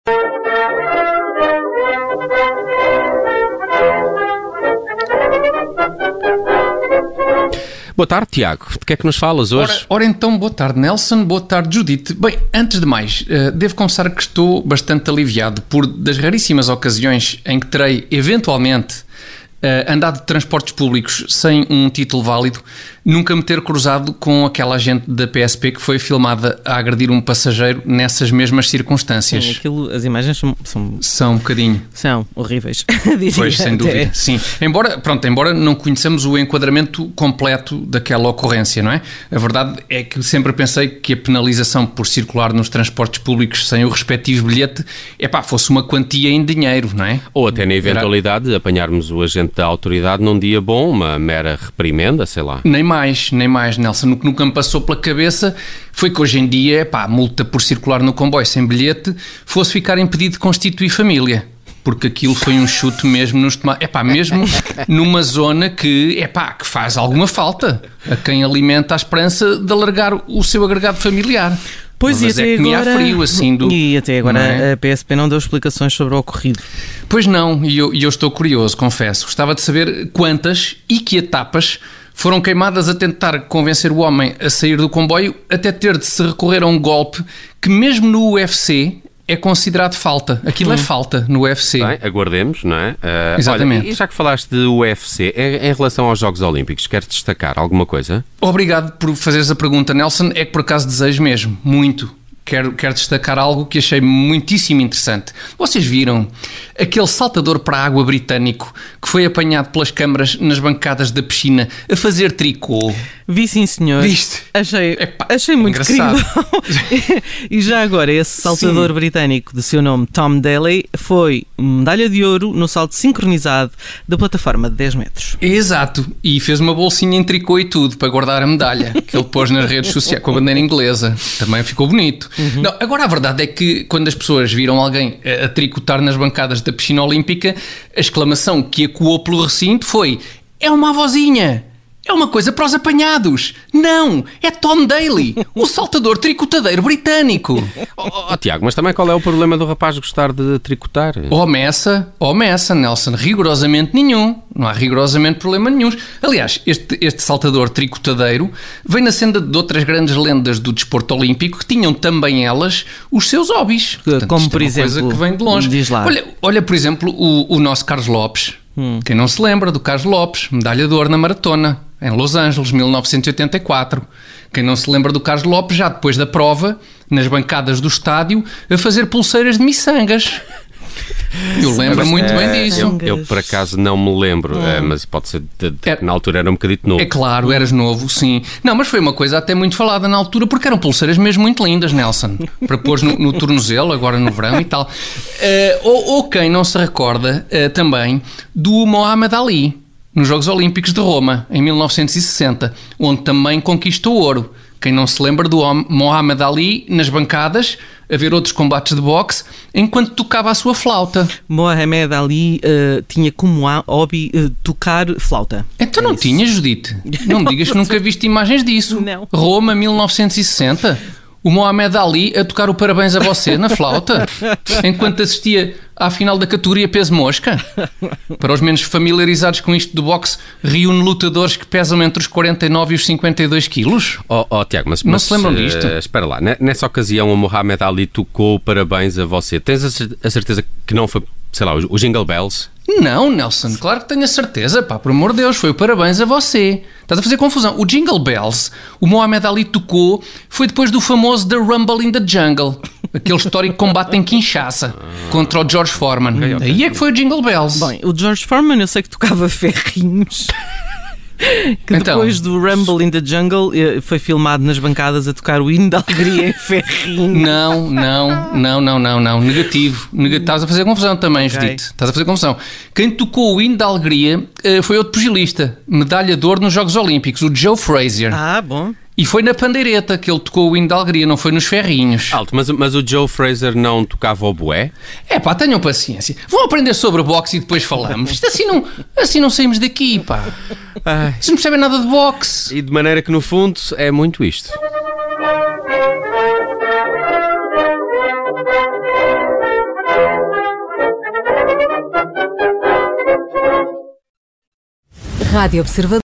Boa tarde, Tiago. De que é que nos falas hoje? Ora então, boa tarde, Nelson. Boa tarde, Judite. Bem, antes de mais, devo confessar que estou bastante aliviado por, das raríssimas ocasiões em que terei, eventualmente, andado de transportes públicos sem um título válido, nunca me ter cruzado com aquela agente da PSP que foi filmada a agredir um passageiro nessas mesmas circunstâncias. Sim, as imagens são um bocadinho... São horríveis. Pois, sem dúvida, sim. Embora não conheçamos o enquadramento completo daquela ocorrência, não é? A verdade é que sempre pensei que a penalização por circular nos transportes públicos sem o respectivo bilhete, fosse uma quantia em dinheiro, não é? Ou até na eventualidade de apanharmos o agente da autoridade num dia bom, uma mera reprimenda, sei lá. Nem mais, Nelson. O que nunca me passou pela cabeça foi que hoje em dia, a multa por circular no comboio sem bilhete fosse ficar impedido de constituir família. Porque aquilo foi um chute mesmo nos tomates. Mesmo numa zona que faz alguma falta a quem alimenta a esperança de alargar o seu agregado familiar. Pois, mas e até agora a PSP não deu explicações sobre o ocorrido. Pois não, e eu estou curioso, confesso. Gostava de saber quantas e que etapas foram queimadas a tentar convencer o homem a sair do comboio até ter de se recorrer a um golpe que mesmo no UFC é considerado falta. Aquilo é falta no UFC. Bem, aguardemos, não é? Exatamente. Olha, e já que falaste de UFC, em relação aos Jogos Olímpicos, queres destacar alguma coisa? Obrigado por fazeres a pergunta, Nelson. É que por acaso desejo mesmo, muito. Quero destacar algo que achei muitíssimo interessante. Vocês viram aquele saltador para a água britânico que foi apanhado pelas câmaras nas bancadas da piscina a fazer tricô? Vi, sim, senhor. Viste? Achei muito engraçado. Querido. E já agora, esse saltador britânico de seu nome Tom Daley foi medalha de ouro no salto sincronizado da plataforma de 10 metros. Exato. E fez uma bolsinha em tricô e tudo para guardar a medalha que ele pôs nas redes sociais com a bandeira inglesa. Também ficou bonito. Não, agora a verdade é que quando as pessoas viram alguém a tricotar nas bancadas da piscina olímpica, a exclamação que ecoou pelo recinto foi: é uma avózinha! É uma coisa para os apanhados! Não! É Tom Daley, o saltador tricotadeiro britânico! Tiago, mas também qual é o problema do rapaz gostar de tricotar? Meça, Nelson, rigorosamente nenhum. Não há rigorosamente problema nenhum. Aliás, este saltador tricotadeiro vem na senda de outras grandes lendas do desporto olímpico que tinham também elas os seus hobbies. Portanto, como por exemplo, coisa que vem de longe. Diz lá. Olha, por exemplo, o nosso Carlos Lopes. Quem não se lembra do Carlos Lopes, medalha de ouro na maratona, em Los Angeles, 1984. Quem não se lembra do Carlos Lopes, já depois da prova, nas bancadas do estádio, a fazer pulseiras de miçangas. Eu lembro muito bem disso. Eu por acaso não me lembro, mas pode ser na altura era um bocadito novo. É claro, eras novo, sim. Não, mas foi uma coisa até muito falada na altura, porque eram pulseiras mesmo muito lindas, Nelson, para pôr no tornozelo, agora no verão e tal. Ou quem não se recorda também do Muhammad Ali, nos Jogos Olímpicos de Roma, em 1960, onde também conquistou ouro. Quem não se lembra do Muhammad Ali nas bancadas, a ver outros combates de boxe, enquanto tocava a sua flauta. Muhammad Ali tinha como hobby tocar flauta. Então não tinha, Judite? Não me digas que nunca viste imagens disso. Não. Roma, 1960. O Muhammad Ali a tocar o Parabéns a Você na flauta, enquanto assistia à final da categoria peso-mosca. Para os menos familiarizados com isto do boxe, reúne lutadores que pesam entre os 49 e os 52 quilos. Tiago, mas não se lembram disto? Espera lá, nessa ocasião o Muhammad Ali tocou o Parabéns a Você. Tens a certeza que não foi, sei lá, o Jingle Bells? Não, Nelson, claro que tenho a certeza, por amor de Deus, foi o Parabéns a Você. Estás a fazer confusão. O Jingle Bells, o Muhammad Ali tocou, foi depois do famoso The Rumble in the Jungle, aquele histórico combate em Kinshasa, contra o George Foreman. Aí é que foi o Jingle Bells. Bem, o George Foreman eu sei que tocava ferrinhos. Que depois do Rumble in the Jungle foi filmado nas bancadas a tocar o hino da alegria em ferrinho. Não. Negativo. Estás a fazer confusão também, okay. Judite. Estás a fazer confusão. Quem tocou o hino da alegria foi outro pugilista, medalha de ouro nos Jogos Olímpicos, o Joe Frazier. Ah, bom. E foi na pandeireta que ele tocou o hino da alegria, não foi nos ferrinhos. Alto, mas o Joe Frazier não tocava o bué? Tenham paciência. Vão aprender sobre boxe e depois falamos. Isto assim não saímos daqui, pá. Vocês não percebem nada de boxe. E de maneira que, no fundo, é muito isto. Rádio Observador.